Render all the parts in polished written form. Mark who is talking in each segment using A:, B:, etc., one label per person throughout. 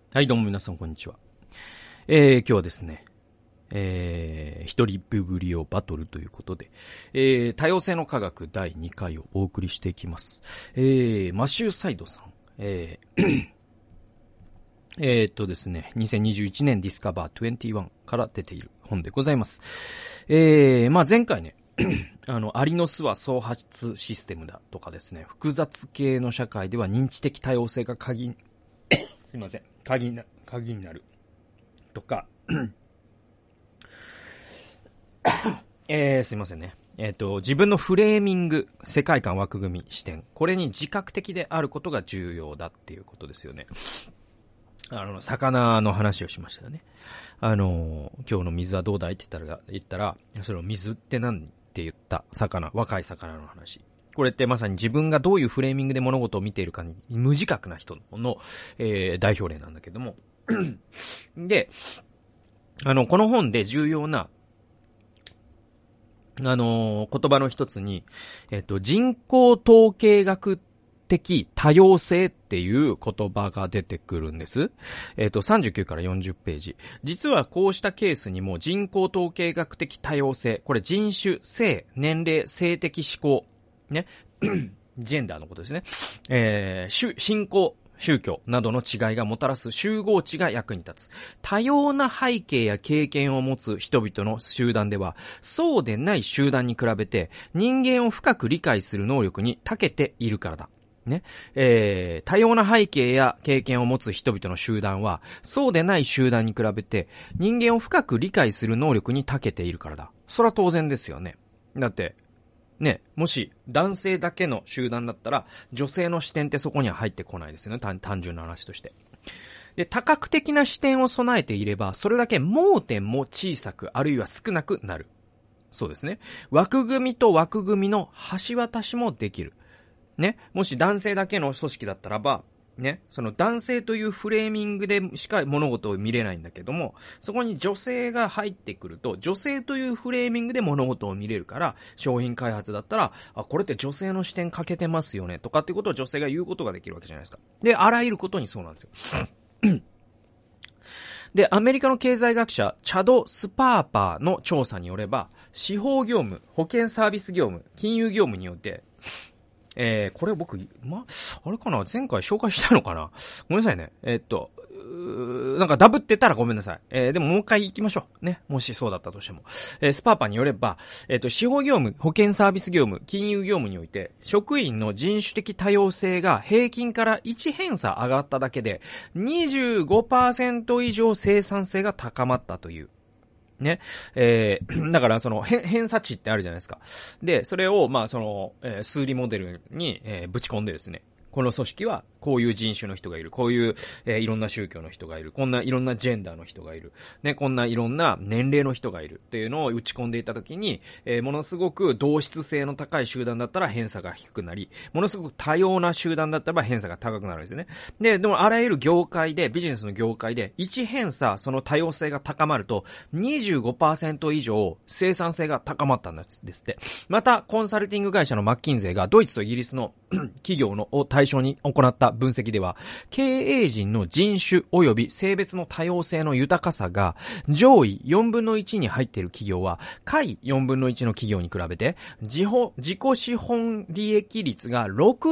A: はい、どうも皆さんこんにちは。今日はですね、一人ビブリオバトルということで、多様性の科学第2回をお送りしていきます。マシューサイドさん、ですね、2021年ディスカバー21から出ている本でございます。前回ね、アリの巣は創発システムだとかですね、複雑系の社会では認知的多様性が鍵になるとかすいませんね。自分のフレーミング、世界観、枠組み、視点、これに自覚的であることが重要だっていうことですよね。魚の話をしましたよね。今日の水はどうだいって言ったら、その水って何って言った若い魚の話。これってまさに自分がどういうフレーミングで物事を見ているかに無自覚な人の、代表例なんだけども。で、この本で重要な、言葉の一つに、人口統計学的多様性っていう言葉が出てくるんです。39から40ページ。実はこうしたケースにも人口統計学的多様性、これ人種、性、年齢、性的指向、ね、ジェンダーのことですね。信仰、宗教などの違いがもたらす集合値が役に立つ。多様な背景や経験を持つ人々の集団では、そうでない集団に比べて人間を深く理解する能力に長けているからだ。ね。多様な背景や経験を持つ人々の集団は、そうでない集団に比べて人間を深く理解する能力に長けているからだ。それは当然ですよね。だって、ね、もし男性だけの集団だったら女性の視点ってそこには入ってこないですよね。単純な話として。で、多角的な視点を備えていれば、それだけ盲点も小さくあるいは少なくなる。そうですね。枠組みと枠組みの橋渡しもできる。ね、もし男性だけの組織だったらば、ね、その男性というフレーミングでしか物事を見れないんだけども、そこに女性が入ってくると、女性というフレーミングで物事を見れるから、商品開発だったら、これって女性の視点欠けてますよね、とかっていうことを女性が言うことができるわけじゃないですか。で、あらゆることにそうなんですよ。で、アメリカの経済学者、チャド・スパーパーの調査によれば、司法業務、保険サービス業務、金融業務によって、これ僕、あれかな前回紹介したのかなごめんなさいね。なんかダブってたらごめんなさい。でももう一回行きましょう。ね。もしそうだったとしても。スパーパーによれば、司法業務、保険サービス業務、金融業務において、職員の人種的多様性が平均から1偏差上がっただけで、25% 以上生産性が高まったという。ね。だからその偏差値ってあるじゃないですか。で、それを数理モデルに、ぶち込んでですね。この組織はこういう人種の人がいる。こういう、いろんな宗教の人がいる。こんないろんなジェンダーの人がいる。ね、こんないろんな年齢の人がいるっていうのを打ち込んでいたときに、ものすごく同質性の高い集団だったら偏差が低くなり、ものすごく多様な集団だったら偏差が高くなるんですよね。でもあらゆる業界で、ビジネスの業界で、1偏差、その多様性が高まると、25% 以上生産性が高まったんですって。また、コンサルティング会社のマッキンゼーがドイツとイギリスの企業を対象に行った分析では、経営陣の人種及び性別の多様性の豊かさが上位4分の1に入っている企業は、下位4分の1の企業に比べて、自己資本利益率が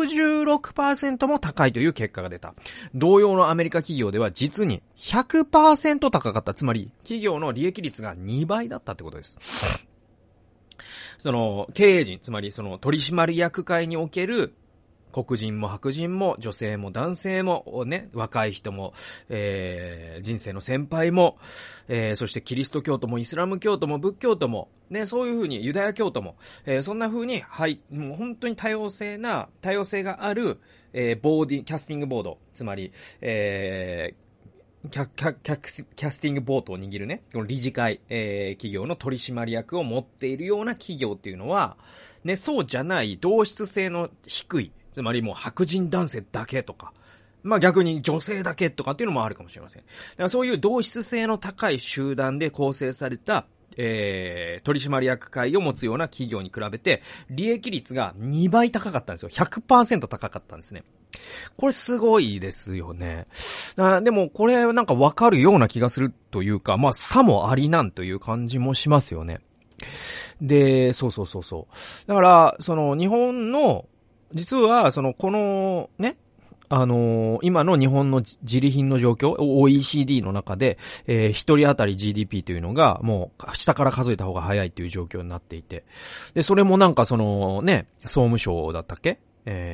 A: 66% も高いという結果が出た。同様のアメリカ企業では実に 100% 高かった。つまり、企業の利益率が2倍だったってことです。その、経営陣、つまりその取締役会における黒人も白人も女性も男性もね、若い人も、人生の先輩も、そしてキリスト教徒もイスラム教徒も仏教徒も、ね、そういう風にユダヤ教徒も、そんな風に、はい、もう本当に多様性がある、キャスティングボード、つまり、キャスティングボートを握るね、この理事会、企業の取締役を持っているような企業っていうのは、ね、そうじゃない同質性の低い、つまりもう白人男性だけとか、逆に女性だけとかっていうのもあるかもしれません。だからそういう同質性の高い集団で構成された、取締役会を持つような企業に比べて、利益率が2倍高かったんですよ。100% 高かったんですね。 これすごいですよね。でもこれなんかわかるような気がするというか、まあ差もありなんという感じもしますよね。で、そう。だから、その日本の、実はこのね、今の日本の自利品の状況、OECD の中で、一人当たり GDP というのが、もう、下から数えた方が早いという状況になっていて。で、それもなんか総務省だったっけ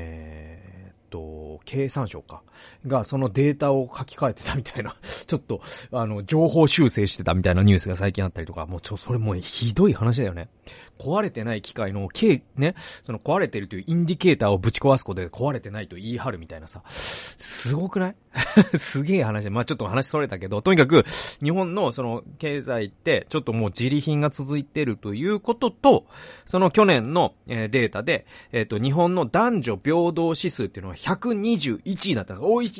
A: 経産省か。が、そのデータを書き換えてたみたいな、ちょっと、情報修正してたみたいなニュースが最近あったりとか、もうそれもうひどい話だよね。壊れてない機械の、その壊れてるというインディケーターをぶち壊すことで壊れてないと言い張るみたいなさ。すごくないすげえ話で。まあちょっと話それたけど、とにかく、日本のその経済って、ちょっともう自利品が続いてるということと、その去年の、データで、日本の男女平等指数っていうのは121位だったんです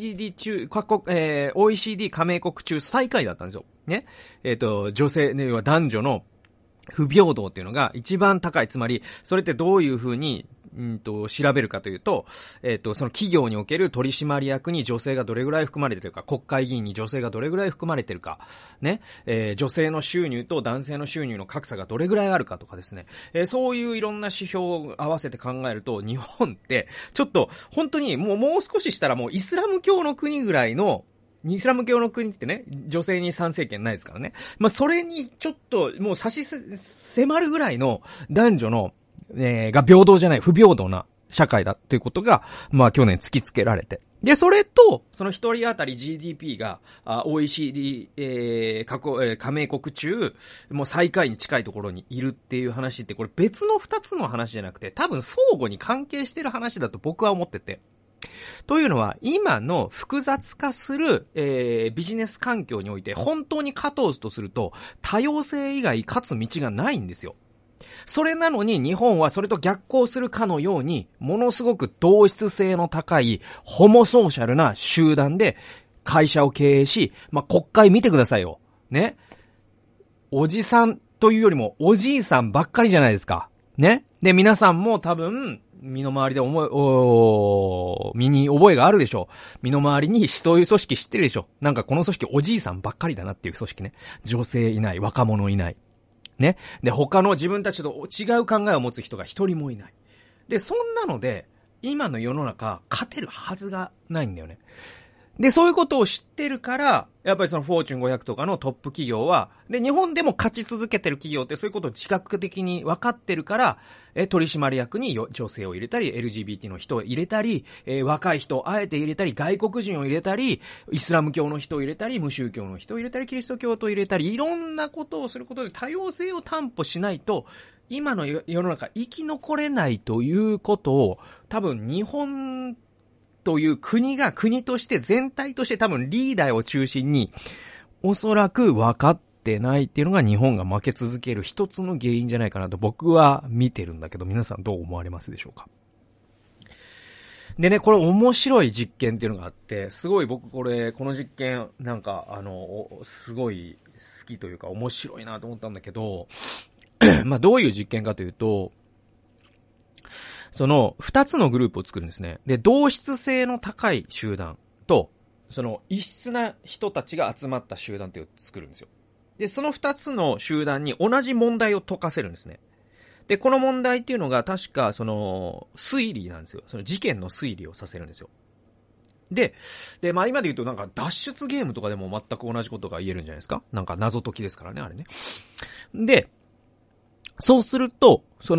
A: 。OECD 加盟国中最下位だったんですよ。ね。女性、ね、男女の不平等っていうのが一番高い。つまり、それってどういうふうに、調べるかというと、その企業における取締役に女性がどれぐらい含まれてるか、国会議員に女性がどれぐらい含まれてるか、ね、女性の収入と男性の収入の格差がどれぐらいあるかとかですね、そういういろんな指標を合わせて考えると、日本って、ちょっと、本当にもう少ししたらもうイスラム教の国ぐらいの、イスラム教の国ってね、女性に参政権ないですからね。まあ、それにちょっと、もう迫るぐらいの男女の、が平等じゃない、不平等な社会だっていうことが、まあ、去年突きつけられて。で、それと、その一人当たり GDP が、OECD、加盟国中、もう最下位に近いところにいるっていう話って、これ別の二つの話じゃなくて、多分相互に関係してる話だと僕は思ってて。というのは、今の複雑化する、ビジネス環境において、本当に勝とうとすると、多様性以外勝つ道がないんですよ。それなのに日本はそれと逆行するかのように、ものすごく同質性の高い、ホモソーシャルな集団で会社を経営し、まあ、国会見てくださいよ。ね。おじさんというよりも、おじいさんばっかりじゃないですか。ね。で、皆さんも多分、身の回りで身に覚えがあるでしょう。身の回りにそういう組織知ってるでしょ。なんかこの組織おじいさんばっかりだなっていう組織ね。女性いない、若者いない。ね。で、他の自分たちと違う考えを持つ人が一人もいない。で、そんなので、今の世の中、勝てるはずがないんだよね。で、そういうことを知ってるから、やっぱりそのフォーチュン500とかのトップ企業は、で、日本でも勝ち続けてる企業ってそういうことを自覚的に分かってるから、取締役に女性を入れたり、LGBT の人を入れたり、若い人をあえて入れたり、外国人を入れたり、イスラム教の人を入れたり、無宗教の人を入れたり、キリスト教徒を入れたり、いろんなことをすることで多様性を担保しないと、今の世の中生き残れないということを、多分日本という国として全体として多分リーダーを中心におそらく分かってないっていうのが日本が負け続ける一つの原因じゃないかなと僕は見てるんだけど、皆さんどう思われますでしょうか。でね、これ面白い実験っていうのがあって、すごい僕この実験なんかすごい好きというか面白いなと思ったんだけどまあどういう実験かというと、その二つのグループを作るんですね。で、同質性の高い集団と、その異質な人たちが集まった集団っていうのを作るんですよ。で、その二つの集団に同じ問題を解かせるんですね。で、この問題っていうのが確か推理なんですよ。その事件の推理をさせるんですよ。で、まあ今で言うとなんか脱出ゲームとかでも全く同じことが言えるんじゃないですか。なんか謎解きですからね、あれね。で、そうすると、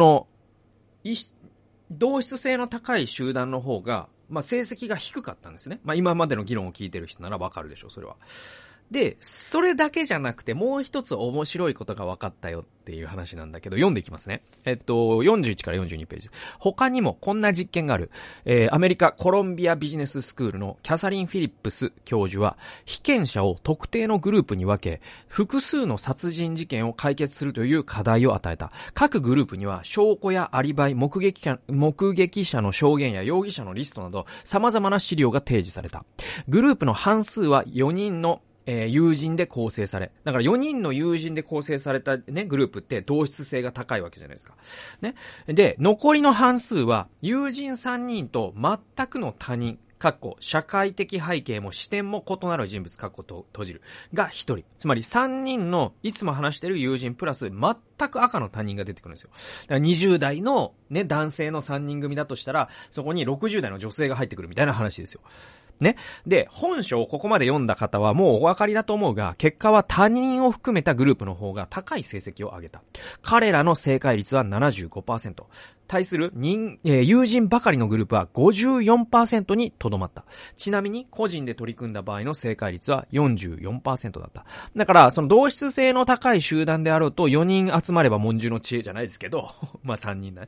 A: 同質性の高い集団の方が、まあ、成績が低かったんですね。まあ、今までの議論を聞いてる人ならわかるでしょう、それは。で、それだけじゃなくて、もう一つ面白いことが分かったよっていう話なんだけど、読んでいきますね。41から42ページ。他にもこんな実験がある。アメリカコロンビアビジネススクールのキャサリン・フィリップス教授は、被験者を特定のグループに分け、複数の殺人事件を解決するという課題を与えた。各グループには、証拠やアリバイ、目撃者の証言や容疑者のリストなど、様々な資料が提示された。グループの半数は4人の友人で構成され。だから4人の友人で構成されたね、グループって同質性が高いわけじゃないですか。ね。で、残りの半数は友人3人と全くの他人。 社会的背景も視点も異なる人物、閉じる、が一人。つまり3人のいつも話してる友人プラス全く赤の他人が出てくるんですよ。だから20代のね、男性の3人組だとしたら、そこに60代の女性が入ってくるみたいな話ですよ。ね。で、本書をここまで読んだ方はもうお分かりだと思うが、結果は他人を含めたグループの方が高い成績を上げた。彼らの正解率は 75%。対する友人ばかりのグループは 54% にとどまった。ちなみに個人で取り組んだ場合の正解率は 44% だった。だから、その同質性の高い集団であろうと4人集まれば文殊の知恵じゃないですけど、まあ3人だね。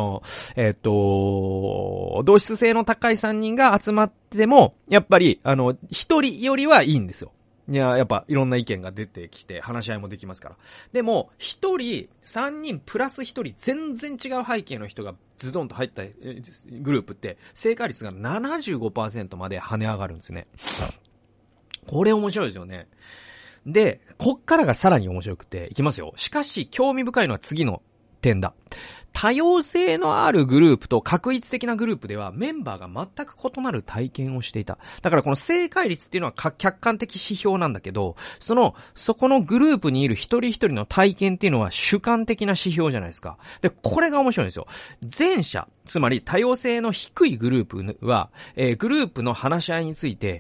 A: 同質性の高い3人が集まっても、やっぱり、1人よりはいいんですよ。いや、やっぱいろんな意見が出てきて話し合いもできますから。でも、3人プラス1人全然違う背景の人がズドンと入ったグループって正解率が 75% まで跳ね上がるんですね。これ面白いですよね。で、こっからがさらに面白くて、いきますよ。しかし、興味深いのは次の点だ。多様性のあるグループと確一的なグループではメンバーが全く異なる体験をしていた。だからこの正解率っていうのは客観的指標なんだけど、そこのグループにいる一人一人の体験っていうのは主観的な指標じゃないですか。で、これが面白いんですよ。前者、つまり多様性の低いグループは、グループの話し合いについて、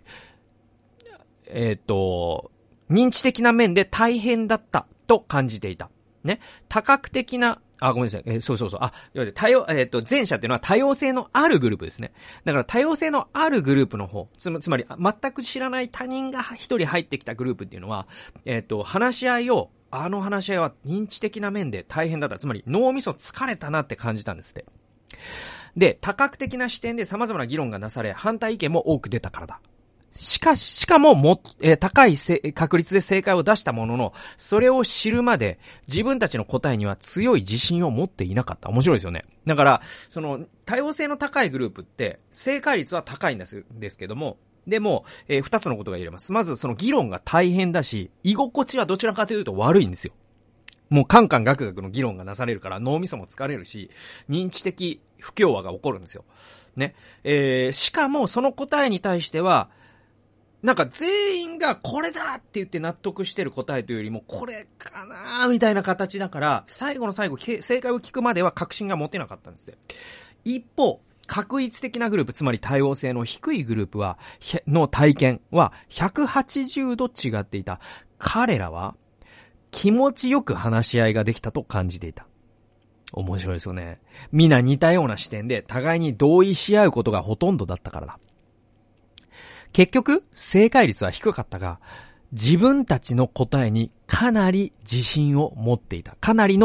A: 認知的な面で大変だったと感じていた。ね。多角的な、ごめんなさい。そう。前者っていうのは多様性のあるグループですね。だから多様性のあるグループの方、つまり全く知らない他人が一人入ってきたグループっていうのは、話し合いは認知的な面で大変だった。つまり脳みそ疲れたなって感じたんですって。で、多角的な視点で様々な議論がなされ、反対意見も多く出たからだ。しかも高い確率で正解を出したものの、それを知るまで自分たちの答えには強い自信を持っていなかった。面白いですよね。だから、多様性の高いグループって正解率は高いんですけども、でも、二つのことが言えれます。まず、その議論が大変だし、居心地はどちらかというと悪いんですよ。もうカンカンガクガクの議論がなされるから脳みそも疲れるし、認知的不協和が起こるんですよ。ね。しかもその答えに対しては、なんか全員がこれだって言って納得してる答えというよりもこれかなーみたいな形だから最後の最後正解を聞くまでは確信が持てなかったんですね。一方、確一的なグループ、つまり多様性の低いグループの体験は180度違っていた。彼らは気持ちよく話し合いができたと感じていた。面白いですよね。みんな似たような視点で互いに同意し合うことがほとんどだったからだ。結局、正解率は低かったが、自分たちの答えにかなりの自信を持っていた。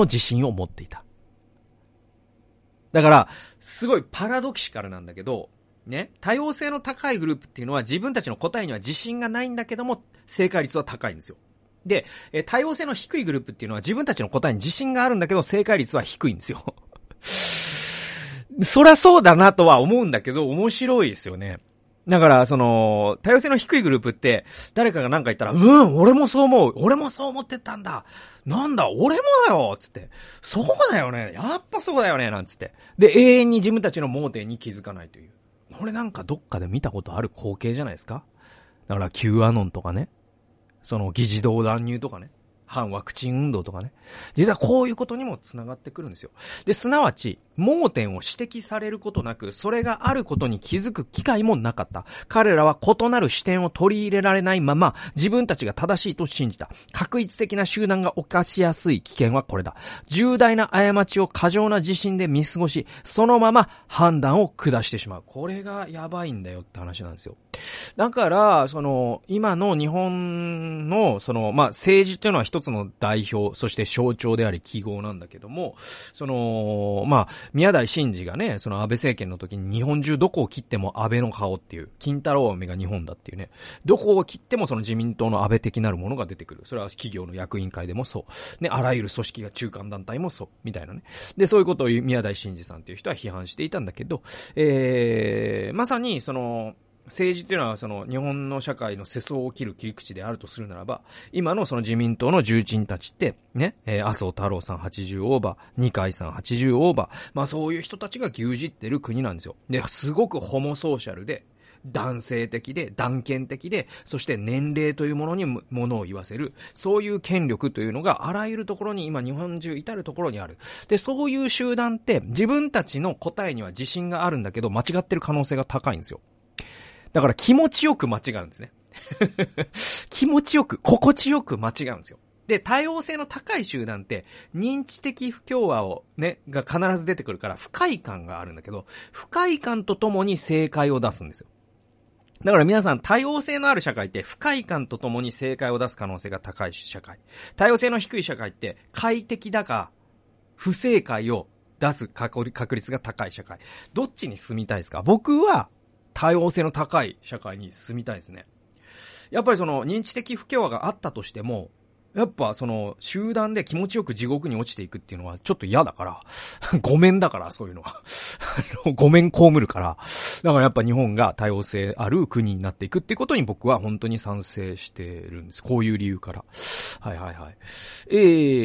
A: だから、すごいパラドキシカルなんだけど、ね、多様性の高いグループっていうのは自分たちの答えには自信がないんだけども、正解率は高いんですよ。で、多様性の低いグループっていうのは自分たちの答えに自信があるんだけど、正解率は低いんですよ。そりゃそうだなとは思うんだけど、面白いですよね。だから、多様性の低いグループって、誰かが何か言ったら、俺もそう思ってたんだ。なんだ、俺もだよつって。そうだよね。やっぱそうだよねなんつって。で、永遠に自分たちの盲点に気づかないという。これなんかどっかで見たことある光景じゃないですか。だから、Q アノンとかね。議事堂乱入とかね。反ワクチン運動とかね。実はこういうことにもつながってくるんですよ。で、すなわち、盲点を指摘されることなく、それがあることに気づく機会もなかった。彼らは異なる視点を取り入れられないまま、自分たちが正しいと信じた。確一的な集団が犯しやすい危険はこれだ。重大な過ちを過剰な自信で見過ごし、そのまま判断を下してしまう。これがやばいんだよって話なんですよ。だから、今の日本の、政治というのは一つの代表、そして象徴であり記号なんだけども、宮台真司がね、安倍政権の時に日本中どこを切っても安倍の顔っていう、金太郎飴が日本だっていうね、どこを切っても自民党の安倍的なるものが出てくる。それは企業の役員会でもそう。ね、あらゆる組織が中間団体もそう。みたいなね。で、そういうことを宮台真司さんっていう人は批判していたんだけど、まさに政治っていうのは日本の社会の世相を切る切り口であるとするならば、今の自民党の重鎮たちってね、麻生太郎さん80オーバー、二階さん80オーバー、そういう人たちが牛耳ってる国なんですよ。で、すごくホモソーシャルで、 男性的で、断権的で、そして年齢というものにものを言わせる、そういう権力というのがあらゆるところに、今日本中至るところにある。で、そういう集団って自分たちの答えには自信があるんだけど、間違ってる可能性が高いんですよ。だから気持ちよく間違うんですね。気持ちよく、心地よく間違うんですよ。で、多様性の高い集団って、認知的不協和をね、が必ず出てくるから、不快感があるんだけど、不快感とともに正解を出すんですよ。だから皆さん、多様性のある社会って、不快感とともに正解を出す可能性が高い社会。多様性の低い社会って、快適だが、不正解を出す確率が高い社会。どっちに住みたいですか？僕は、多様性の高い社会に住みたいですね。やっぱりその認知的不協和があったとしても、やっぱその集団で気持ちよく地獄に落ちていくっていうのはちょっと嫌だから、ごめんだからそういうのは。ごめん被るから。だからやっぱ日本が多様性ある国になっていくっていうことに僕は本当に賛成してるんです。こういう理由から。はいはいはい。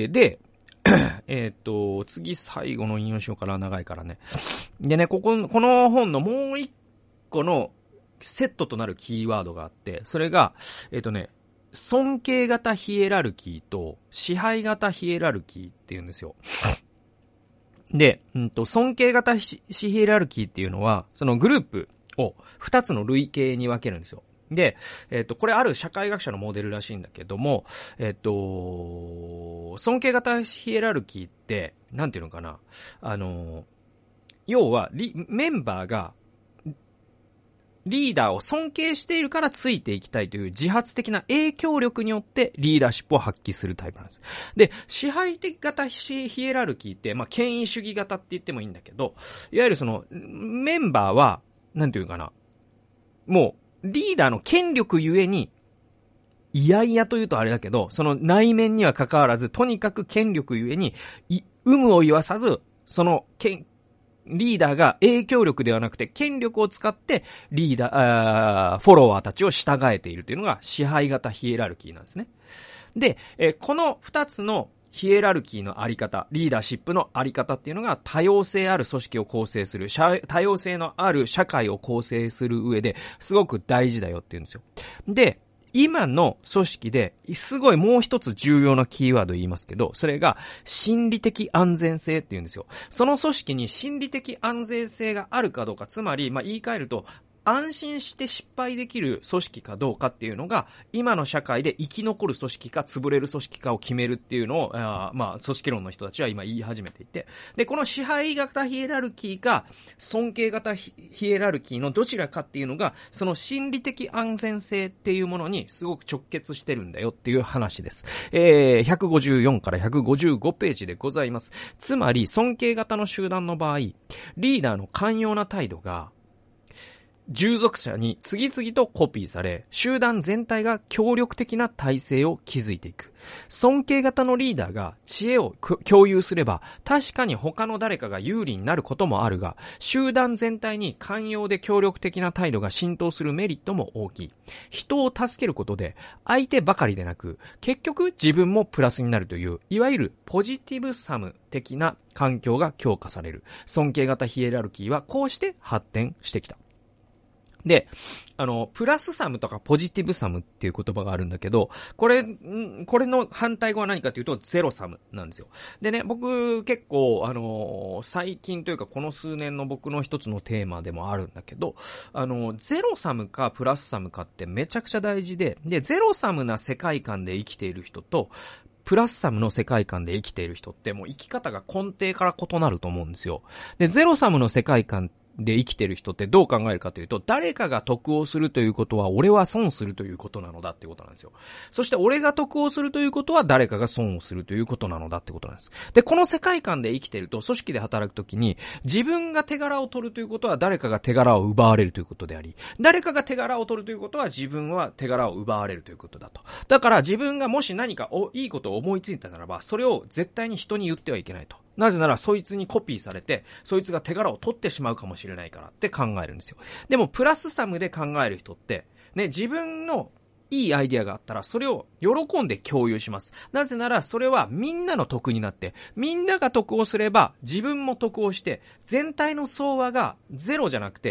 A: で、次最後の引用しようかな、長いからね。でね、この本のもう一個のセットとなるキーワードがあって、それが、尊敬型ヒエラルキーと支配型ヒエラルキーって言うんですよ。で、尊敬型ヒエラルキーっていうのは、そのグループを2つの類型に分けるんですよ。で、これある社会学者のモデルらしいんだけども、尊敬型ヒエラルキーって、なんていうのかな、要は、メンバーが、リーダーを尊敬しているからついていきたいという自発的な影響力によってリーダーシップを発揮するタイプなんです。で、支配的型ヒエラルキーって、権威主義型って言ってもいいんだけど、いわゆるその、メンバーは、なんていうかな、もう、リーダーの権力ゆえに、いやいやというとあれだけど、その内面には関わらず、とにかく権力ゆえに、有無を言わさず、そのリーダーが影響力ではなくて権力を使ってフォロワーたちを従えているというのが支配型ヒエラルキーなんですね。で、この二つのヒエラルキーのあり方、リーダーシップのあり方っていうのが多様性ある組織を構成する、多様性のある社会を構成する上ですごく大事だよっていうんですよ。で、今の組織ですごいもう一つ重要なキーワード言いますけど、それが心理的安全性って言うんですよ。その組織に心理的安全性があるかどうか、つまり、言い換えると、安心して失敗できる組織かどうかっていうのが、今の社会で生き残る組織か潰れる組織かを決めるっていうのを、組織論の人たちは今言い始めていて、で、この支配型ヒエラルキーか、尊敬型ヒエラルキーのどちらかっていうのが、その心理的安全性っていうものにすごく直結してるんだよっていう話です。154から155ページでございます。つまり、尊敬型の集団の場合、リーダーの寛容な態度が、従属者に次々とコピーされ、集団全体が協力的な体制を築いていく。尊敬型のリーダーが知恵を共有すれば、確かに他の誰かが有利になることもあるが、集団全体に寛容で協力的な態度が浸透するメリットも大きい。人を助けることで、相手ばかりでなく、結局自分もプラスになるという、いわゆるポジティブサム的な環境が強化される。尊敬型ヒエラルキーはこうして発展してきた。で、プラスサムとかポジティブサムっていう言葉があるんだけど、これの反対語は何かというと、ゼロサムなんですよ。でね、僕結構、最近というかこの数年の僕の一つのテーマでもあるんだけど、ゼロサムかプラスサムかってめちゃくちゃ大事で、ゼロサムな世界観で生きている人と、プラスサムの世界観で生きている人ってもう生き方が根底から異なると思うんですよ。で、ゼロサムの世界観で生きてる人ってどう考えるかというと、誰かが得をするということは俺は損するということなのだってことなんですよ。そして俺が得をするということは誰かが損をするということなのだってことなんです。で、この世界観で生きてると、組織で働くときに自分が手柄を取るということは誰かが手柄を奪われるということであり、誰かが手柄を取るということは自分は手柄を奪われるということだと。だから自分がもし何かいいことを思いついたならば、それを絶対に人に言ってはいけないと。なぜならそいつにコピーされて、そいつが手柄を取ってしまうかもしれないからって考えるんですよ。でもプラスサムで考える人って、ね、自分のいいアイディアがあったらそれを喜んで共有します。なぜならそれはみんなの得になって、みんなが得をすれば自分も得をして、全体の総和がゼロじゃなくて、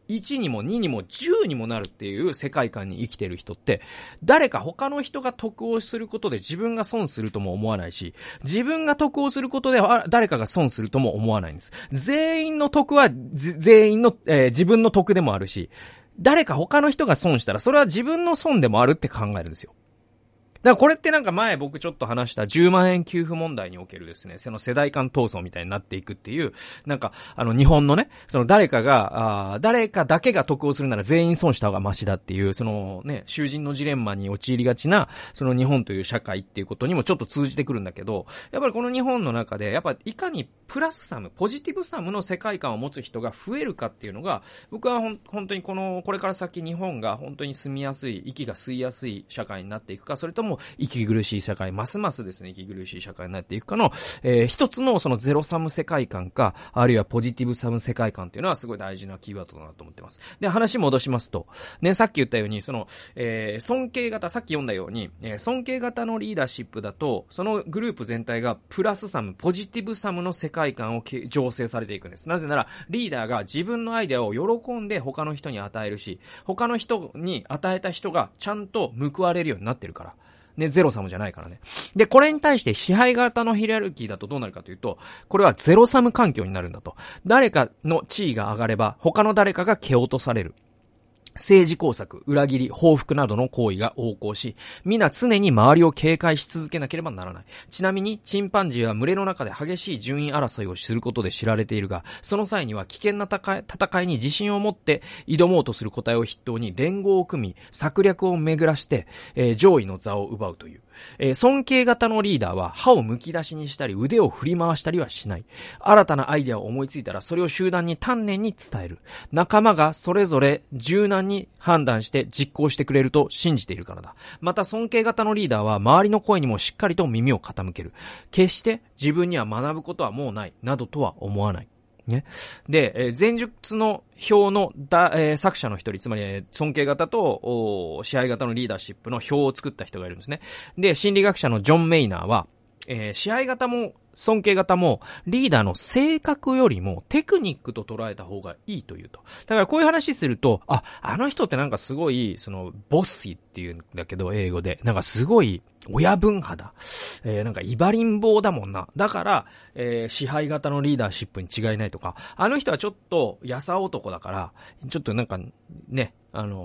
A: 1にも2にも10にもなるっていう世界観に生きてる人って、誰か他の人が得をすることで自分が損するとも思わないし、自分が得をすることで誰かが損するとも思わないんです。全員の得は全員の、自分の得でもあるし、誰か他の人が損したらそれは自分の損でもあるって考えるんですよ。だからこれってなんか前僕ちょっと話した10万円給付問題におけるですね、その世代間闘争みたいになっていくっていう、なんか日本のね、その誰かだけが得をするなら全員損した方がマシだっていう、そのね、囚人のジレンマに陥りがちな、その日本という社会っていうことにもちょっと通じてくるんだけど、やっぱりこの日本の中で、やっぱいかにプラスサム、ポジティブサムの世界観を持つ人が増えるかっていうのが、僕は本当にこれから先日本が本当に住みやすい、息が吸いやすい社会になっていくか、それとも息苦しい社会、ますますですね、息苦しい社会になっていくかの、一つのそのゼロサム世界観か、あるいはポジティブサム世界観っていうのはすごい大事なキーワードだなと思ってます。で、話戻しますと、ね、さっき言ったように、その、尊敬型、さっき読んだように、尊敬型のリーダーシップだと、そのグループ全体がプラスサム、ポジティブサムの世界観を醸成されていくんです。なぜなら、リーダーが自分のアイデアを喜んで他の人に与えるし、他の人に与えた人がちゃんと報われるようになってるから。ね、ゼロサムじゃないからね。で、これに対して支配型のヒエラルキーだとどうなるかというと、これはゼロサム環境になるんだと。誰かの地位が上がれば、他の誰かが蹴落とされる。政治工作、裏切り、報復などの行為が横行し、皆常に周りを警戒し続けなければならない。ちなみに、チンパンジーは群れの中で激しい順位争いをすることで知られているが、その際には危険な戦いに自信を持って挑もうとする個体を筆頭に連合を組み、策略を巡らして、上位の座を奪うという。尊敬型のリーダーは歯を剥き出しにしたり腕を振り回したりはしない。新たなアイデアを思いついたらそれを集団に丹念に伝える。仲間がそれぞれ柔軟に判断して実行してくれると信じているからだ。また尊敬型のリーダーは周りの声にもしっかりと耳を傾ける。決して自分には学ぶことはもうないなどとは思わない。ね。で、前述の表の作者の一人、つまり尊敬型と支配型のリーダーシップの表を作った人がいるんですね。で、心理学者のジョン・メイナーは、支配型も尊敬型もリーダーの性格よりもテクニックと捉えた方がいいというと。だからこういう話すると、あの人ってなんかすごい、ボッシーっていうんだけど、英語で。なんかすごい、親分派だ。なんか、イバリン坊だもんな。だから、支配型のリーダーシップに違いないとか、あの人はちょっと、やさ男だから、ちょっとなんか、ね、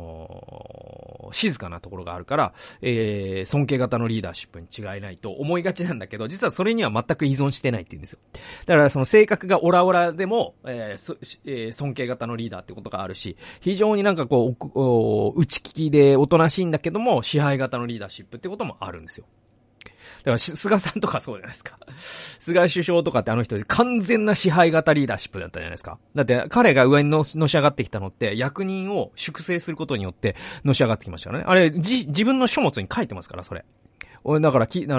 A: 静かなところがあるから、尊敬型のリーダーシップに違いないと思いがちなんだけど、実はそれには全く依存してないって言うんですよ。だからその性格がオラオラでも、尊敬型のリーダーってことがあるし、非常になんかこう、内気きでおとなしいんだけども、支配型のリーダーシップってこともあるんですよ。だから菅さんとかそうじゃないですか。菅首相とかってあの人完全な支配型リーダーシップだったじゃないですか。だって彼が上にのし上がってきたのって役人を粛清することによってのし上がってきましたからね。あれ自分の書物に書いてますから、それ。だから気に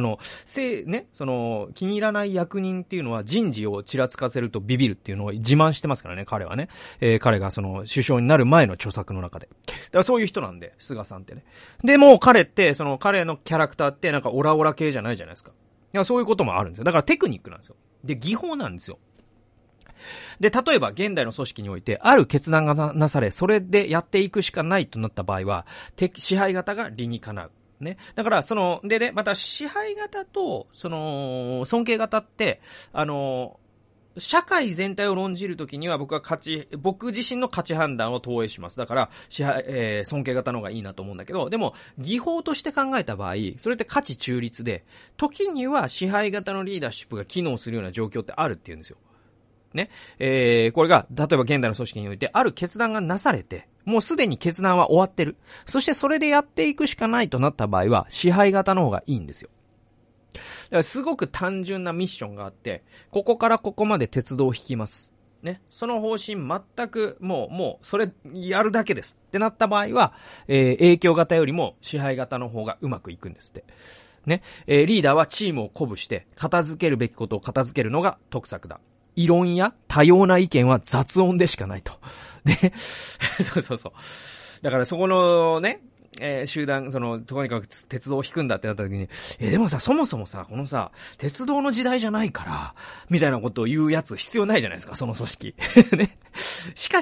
A: 入らない役人っていうのは人事をちらつかせるとビビるっていうのを自慢してますからね、彼はね。彼が首相になる前の著作の中で。だからそういう人なんで、菅さんってね。でも彼って、彼のキャラクターってなんかオラオラ系じゃないじゃないですか。いや、そういうこともあるんですよ。だからテクニックなんですよ。で、技法なんですよ。で、例えば現代の組織において、ある決断がなされ、それでやっていくしかないとなった場合は、支配型が理にかなう。ね。だから、また支配型と、尊敬型って、社会全体を論じるときには僕自身の価値判断を投影します。だから、尊敬型の方がいいなと思うんだけど、でも、技法として考えた場合、それって価値中立で、時には支配型のリーダーシップが機能するような状況ってあるっていうんですよ。ね。これが、例えば現代の組織において、ある決断がなされて、もうすでに決断は終わってる。そしてそれでやっていくしかないとなった場合は、支配型の方がいいんですよ。だからすごく単純なミッションがあって、ここからここまで鉄道を引きます。ね。その方針全く、もう、それやるだけです。ってなった場合は、影響型よりも支配型の方がうまくいくんですって。ね。リーダーはチームを鼓舞して、片付けるべきことを片付けるのが得策だ。異論や多様な意見は雑音でしかないと。ね。そう。だからそこのね、集団、とにかく鉄道を引くんだってなった時に、でもさ、そもそもさ、このさ、鉄道の時代じゃないから、みたいなことを言うやつ必要ないじゃないですか、その組織。ね。しかし、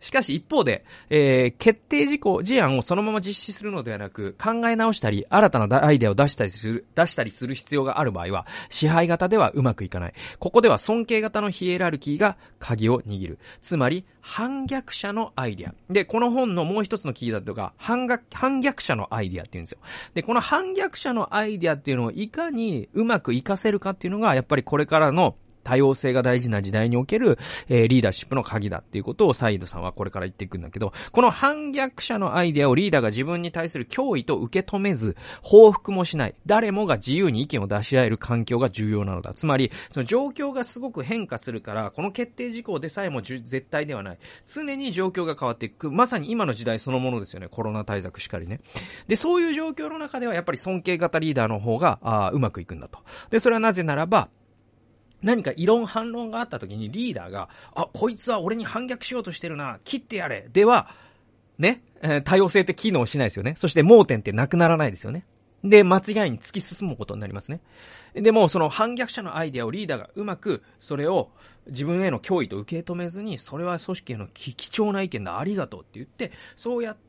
A: しかし一方で、決定事案をそのまま実施するのではなく、考え直したり、新たなアイデアを出したりする必要がある場合は、支配型ではうまくいかない。ここでは尊敬型のヒエラルキーが鍵を握る。つまり、反逆者のアイデア。で、この本のもう一つのキーだとか、反逆者のアイデアって言うんですよ。で、この反逆者のアイデアっていうのをいかにうまく活かせるかっていうのが、やっぱりこれからの多様性が大事な時代における、リーダーシップの鍵だっていうことをサイードさんはこれから言っていくんだけど、この反逆者のアイデアをリーダーが自分に対する脅威と受け止めず、報復もしない、誰もが自由に意見を出し合える環境が重要なのだ。つまり、その状況がすごく変化するから、この決定事項でさえも絶対ではない。常に状況が変わっていく。まさに今の時代そのものですよね。コロナ対策しかりね。で、そういう状況の中ではやっぱり尊敬型リーダーの方がうまくいくんだと。で、それはなぜならば、何か異論反論があった時にリーダーが、こいつは俺に反逆しようとしてるな、切ってやれ。では、ね、多様性って機能しないですよね。そして盲点ってなくならないですよね。で、間違いに突き進むことになりますね。でも、その反逆者のアイデアをリーダーがうまく、それを自分への脅威と受け止めずに、それは組織への貴重な意見だ、ありがとうって言って、そうやって、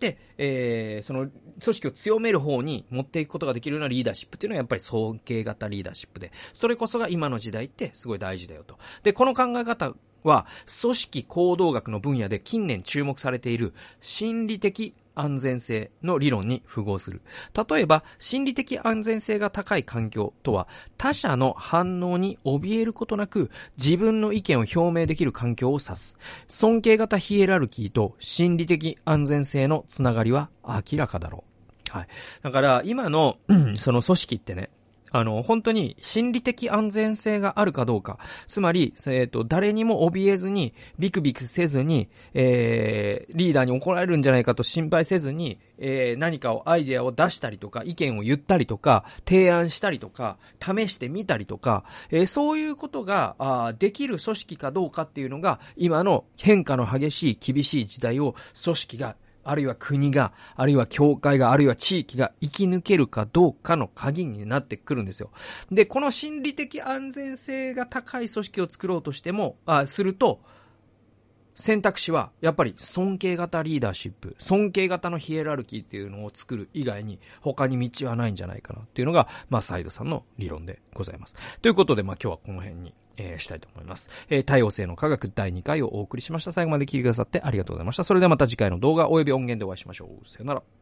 A: その組織を強める方に持っていくことができるようなリーダーシップっていうのはやっぱり尊敬型リーダーシップで、それこそが今の時代ってすごい大事だよと。で、この考え方は、組織行動学の分野で近年注目されている心理的安全性の理論に符合する。例えば、心理的安全性が高い環境とは、他者の反応に怯えることなく、自分の意見を表明できる環境を指す。尊敬型ヒエラルキーと心理的安全性のつながりは明らかだろう。はい。だから、今の、その組織ってね、本当に心理的安全性があるかどうか。つまり、誰にも怯えずに、ビクビクせずに、リーダーに怒られるんじゃないかと心配せずに、何かアイデアを出したりとか、意見を言ったりとか、提案したりとか、試してみたりとか、そういうことができる組織かどうかっていうのが、今の変化の激しい厳しい時代を組織があるいは国が、あるいは教会が、あるいは地域が生き抜けるかどうかの鍵になってくるんですよ。で、この心理的安全性が高い組織を作ろうとしても、すると、選択肢は、やっぱり尊敬型リーダーシップ、尊敬型のヒエラルキーっていうのを作る以外に、他に道はないんじゃないかなっていうのが、サイドさんの理論でございます。ということで、今日はこの辺に、したいと思います。多様性の科学第2回をお送りしました。最後まで聞いてくださってありがとうございました。それではまた次回の動画及び音源でお会いしましょう。さよなら。